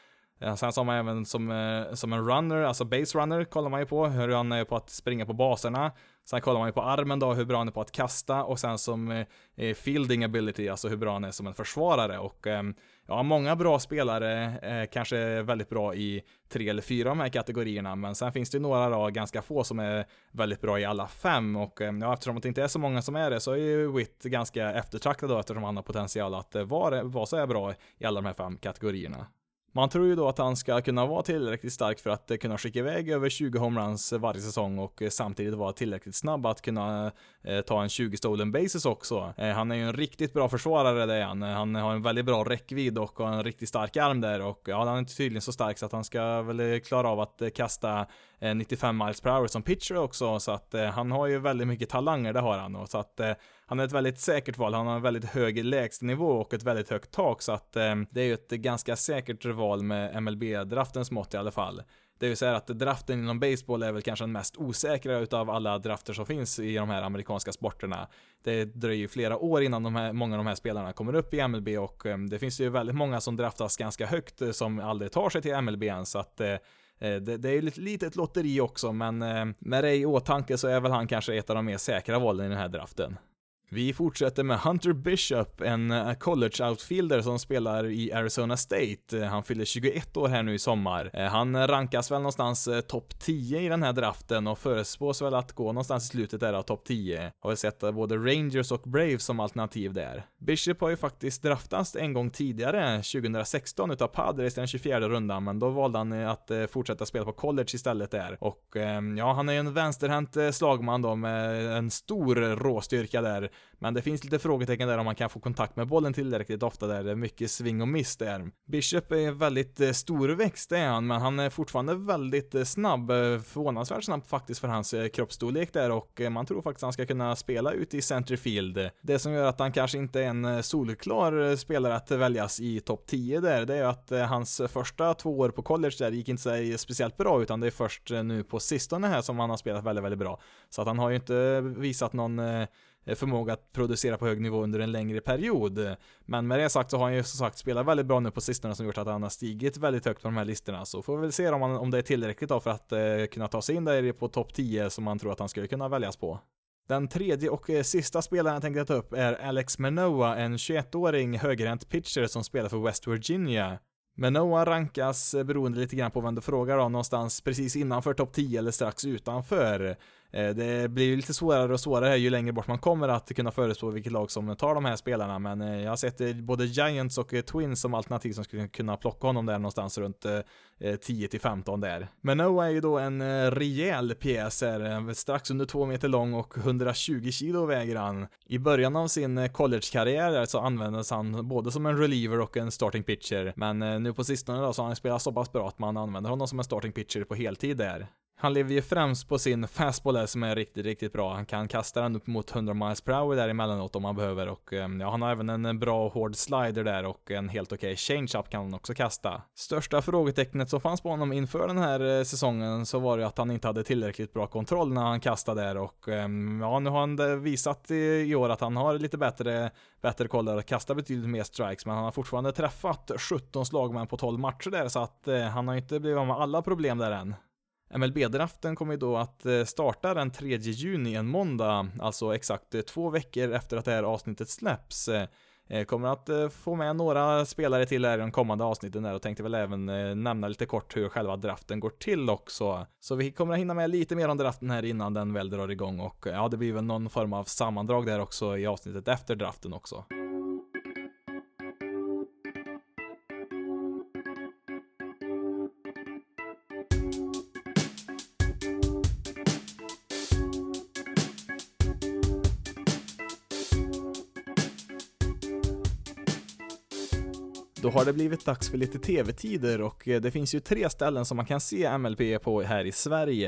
Sen så har man även som, som en runner, alltså base runner kollar man ju på, hur han är på att springa på baserna. Sen kollar man ju på armen då, hur bra han är på att kasta, och sen som eh, fielding ability, alltså hur bra han är som en försvarare. Och eh, ja, många bra spelare, eh, kanske väldigt bra i tre eller fyra av de här kategorierna, men sen finns det några då, ganska få som är väldigt bra i alla fem. Och eh, ja, eftersom det inte är så många som är det, så är ju Witt ganska eftertraktad då, eftersom han har potential att eh, vara, vara så är bra i alla de här fem kategorierna. Man tror ju då att han ska kunna vara tillräckligt stark för att kunna skicka iväg över tjugo homeruns varje säsong och samtidigt vara tillräckligt snabb att kunna eh, ta en tjugo stolen bases också. Eh, han är ju en riktigt bra försvarare, det är han. Han har en väldigt bra räckvidd och har en riktigt stark arm där, och ja, han är tydligen så stark så att han ska väl klara av att kasta eh, nittiofem miles per hour som pitcher också, så att eh, han har ju väldigt mycket talanger, det har han, och så att eh, han är ett väldigt säkert val. Han har en väldigt hög lägstanivå och ett väldigt högt tak, så att eh, det är ju ett ganska säkert val med M L B-draftens mått i alla fall. Det är ju så här att draften inom baseball är väl kanske den mest osäkra utav alla drafter som finns i de här amerikanska sporterna. Det dröjer ju flera år innan de här, många av de här spelarna kommer upp i M L B, och eh, det finns ju väldigt många som draftas ganska högt eh, som aldrig tar sig till M L B än, så att eh, Det, det är ju ett litet lotteri också, men eh, med det i åtanke så är väl han kanske ett av de mer säkra valen i den här draften. Vi fortsätter med Hunter Bishop, en college-outfielder som spelar i Arizona State. Han fyller tjugoett år här nu i sommar. Han rankas väl någonstans topp tio i den här draften och förespås väl att gå någonstans i slutet där av topp tio. Har väl sett både Rangers och Braves som alternativ där. Bishop har ju faktiskt draftats en gång tidigare, tjugohundrasexton, utav Padres i den tjugofjärde rundan, men då valde han att fortsätta spela på college istället där. Och ja, han är ju en vänsterhänt slagman då med en stor råstyrka där. Men det finns lite frågetecken där om man kan få kontakt med bollen tillräckligt ofta där. Det är mycket sving och miss där. Bishop är väldigt storväxt är han, men han är fortfarande väldigt snabb. Förvånansvärt snabb faktiskt för hans kroppsstorlek där, och man tror faktiskt att han ska kunna spela ut i centerfield. Det som gör att han kanske inte är en solklar spelare att väljas i topp tio där, det är att hans första två år på college där gick inte så speciellt bra, utan det är först nu på sistone här som han har spelat väldigt, väldigt bra. Så att han har ju inte visat någon förmåga att producera på hög nivå under en längre period. Men med det sagt så har han ju som sagt spelat väldigt bra nu på sistone, som gjort att han har stigit väldigt högt på de här listorna. Så får vi väl se om, han, om det är tillräckligt då för att eh, kunna ta sig in där på topp tio som man tror att han skulle kunna väljas på. Den tredje och sista spelaren jag tänkte ta upp är Alex Manoah, en tjugoett-åring högerhänt pitcher som spelar för West Virginia. Manoah rankas beroende lite grann på vem du frågar då, någonstans precis innanför topp tio eller strax utanför. Det blir ju lite svårare och svårare här ju längre bort man kommer att kunna förutspå vilket lag som tar de här spelarna, men jag har sett både Giants och Twins som alternativ som skulle kunna plocka honom där någonstans runt tio till femton där. Manoah är ju då en rejäl pjäs här, strax under två meter lång och hundratjugo kilo väger han. I början av sin college-karriär så användes han både som en reliever och en starting pitcher, men nu på sistone då så har han spelat så pass bra att man använder honom som en starting pitcher på heltid där. Han lever ju främst på sin fastball där som är riktigt, riktigt bra. Han kan kasta den upp mot hundra miles per hour där emellanåt om han behöver, och ja, han har även en bra hård slider där och en helt okej change-up kan han också kasta. Största frågetecknet som fanns på honom inför den här säsongen så var det att han inte hade tillräckligt bra kontroll när han kastade där, och ja, nu har han visat i år att han har lite bättre, bättre koll där och kastar betydligt mer strikes, men han har fortfarande träffat sjutton slagmän på tolv matcher där, så att han har inte blivit av med alla problem där än. M L B-draften kommer ju då att starta den tredje juni, en måndag, alltså exakt två veckor efter att det här avsnittet släpps. Kommer att få med några spelare till här i de kommande avsnitten där, och tänkte väl även nämna lite kort hur själva draften går till också. Så vi kommer att hinna med lite mer om draften här innan den väl drar igång, och ja, det blir väl någon form av sammandrag där också i avsnittet efter draften också. Då har det blivit dags för lite tv-tider, och det finns ju tre ställen som man kan se M L B på här i Sverige.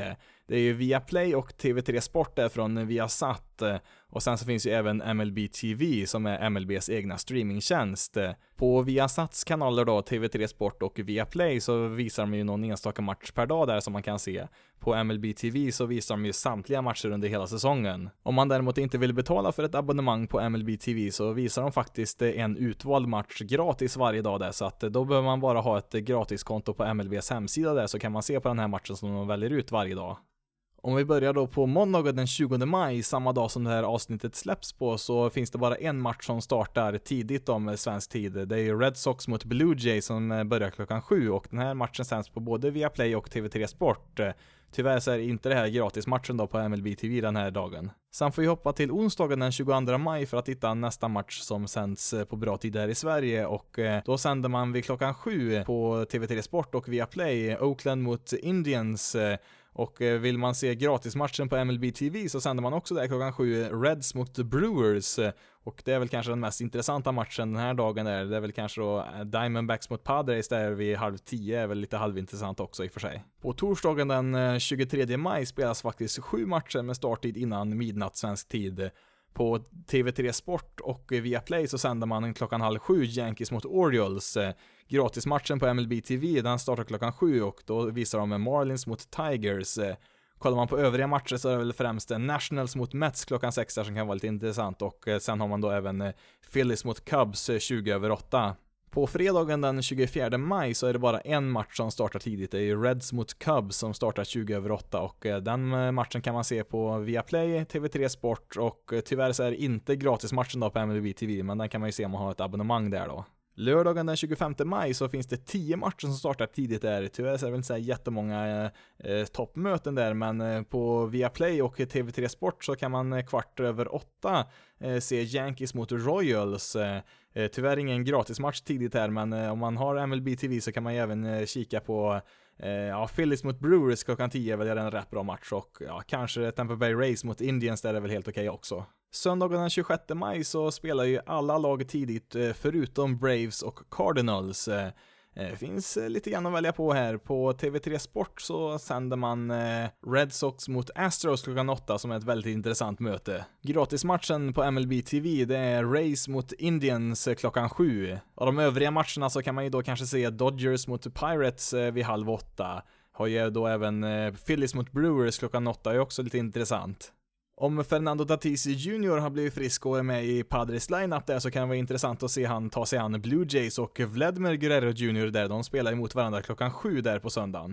Det är ju Viaplay och T V tre Sport där från Viasat, och sen så finns ju även M L B T V som är M L B:s egna streamingtjänst. På Viasats kanaler då, T V tre Sport och Viaplay, så visar de ju någon enstaka match per dag där som man kan se. På M L B T V så visar de ju samtliga matcher under hela säsongen. Om man däremot inte vill betala för ett abonnemang på M L B T V så visar de faktiskt en utvald match gratis varje dag där, så att då behöver man bara ha ett gratiskonto på M L B:s hemsida där, så kan man se på den här matchen som de väljer ut varje dag. Om vi börjar då på måndagen den tjugonde maj, samma dag som det här avsnittet släpps på, så finns det bara en match som startar tidigt om svensk tid. Det är ju Red Sox mot Blue Jays som börjar klockan sju, och den här matchen sänds på både Viaplay och T V tre Sport. Tyvärr så är inte det här gratismatchen då på M L B T V den här dagen. Sen får vi hoppa till onsdagen den tjugoandra maj för att hitta nästa match som sänds på bra tid här i Sverige, och då sänder man vid klockan sju på T V tre Sport och Viaplay Oakland mot Indians. Och vill man se gratismatchen på M L B T V så sänder man också där klockan sju Reds mot The Brewers. Och det är väl kanske den mest intressanta matchen den här dagen där. Det är väl kanske då Diamondbacks mot Padres där vid halv tio, är väl lite halvintressant också i och för sig. På torsdagen den tjugotredje maj spelas faktiskt sju matcher med starttid innan midnatt svensk tid. På T V tre Sport och Viaplay så sänder man klockan halv sju Yankees mot Orioles. Gratismatchen på M L B T V den startar klockan sju, och då visar de Marlins mot Tigers. Kollar man på övriga matcher så är det väl främst Nationals mot Mets klockan sex där som kan vara lite intressant, och sen har man då även Phillies mot Cubs tjugo över åtta. På fredagen den tjugofjärde maj så är det bara en match som startar tidigt. Det är ju Reds mot Cubs som startar tjugo över åtta, och den matchen kan man se på Viaplay, T V tre Sport, och tyvärr så är det inte gratismatchen då på M L B T V, men den kan man ju se om man har ett abonnemang där då. Lördagen den tjugofemte maj så finns det tio matcher som startar tidigt där. Tyvärr så är det väl inte så jättemånga eh, toppmöten där, men eh, på Viaplay och T V tre Sport så kan man eh, kvart över åtta eh, se Yankees mot Royals. Eh, tyvärr ingen gratismatch tidigt här, men eh, om man har M L B T V så kan man ju även eh, kika på eh, ja, Phillies mot Brewers klockan tio är väl en rätt bra match, och ja, kanske Tampa Bay Rays mot Indians där är väl helt okej också. Söndagen den tjugosjätte maj så spelar ju alla lag tidigt förutom Braves och Cardinals. Det finns lite grann att välja på här. På T V tre Sport så sänder man Red Sox mot Astros klockan åtta som är ett väldigt intressant möte. Gratismatchen på M L B T V det är Rays mot Indians klockan sju. Av de övriga matcherna så kan man ju då kanske se Dodgers mot Pirates vid halv åtta. Har ju då även Phillies mot Brewers klockan åtta, är också lite intressant. Om Fernando Tatis junior har blivit frisk och är med i Padres lineup där så kan det vara intressant att se han ta sig an Blue Jays och Vladimir Guerrero junior där de spelar emot varandra klockan sju där på söndagen.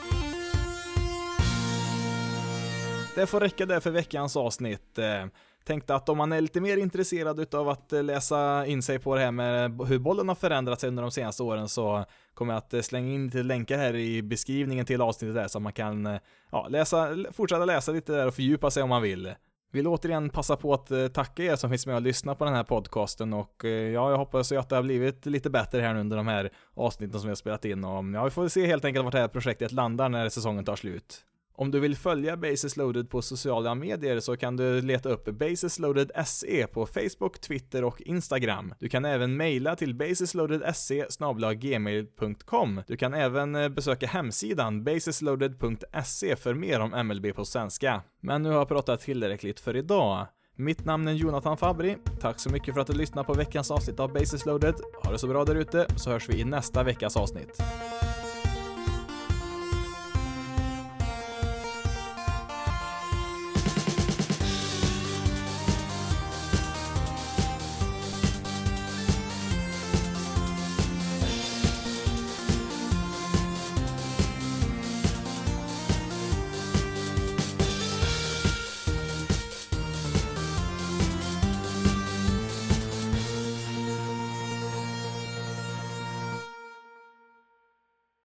Det får räcka där för veckans avsnitt. Tänkte att om man är lite mer intresserad av att läsa in sig på det här med hur bollen har förändrats under de senaste åren så kommer jag att slänga in lite länkar här i beskrivningen till avsnittet där så man kan ja, läsa, fortsätta läsa lite där och fördjupa sig om man vill. Vill återigen passa på att tacka er som finns med och lyssna på den här podcasten, och ja, jag hoppas att det har blivit lite bättre här under de här avsnitten som vi har spelat in, och ja, vi får se helt enkelt vart det här projektet landar när säsongen tar slut. Om du vill följa Bases Loaded på sociala medier så kan du leta upp Bases Loaded S E på Facebook, Twitter och Instagram. Du kan även mejla till basesloadedse snabel-a gmail punkt com. Du kan även besöka hemsidan basesloaded punkt se för mer om M L B på svenska. Men nu har jag pratat tillräckligt för idag. Mitt namn är Jonathan Fabri. Tack så mycket för att du lyssnade på veckans avsnitt av Bases Loaded. Ha det så bra där ute, så hörs vi i nästa veckas avsnitt.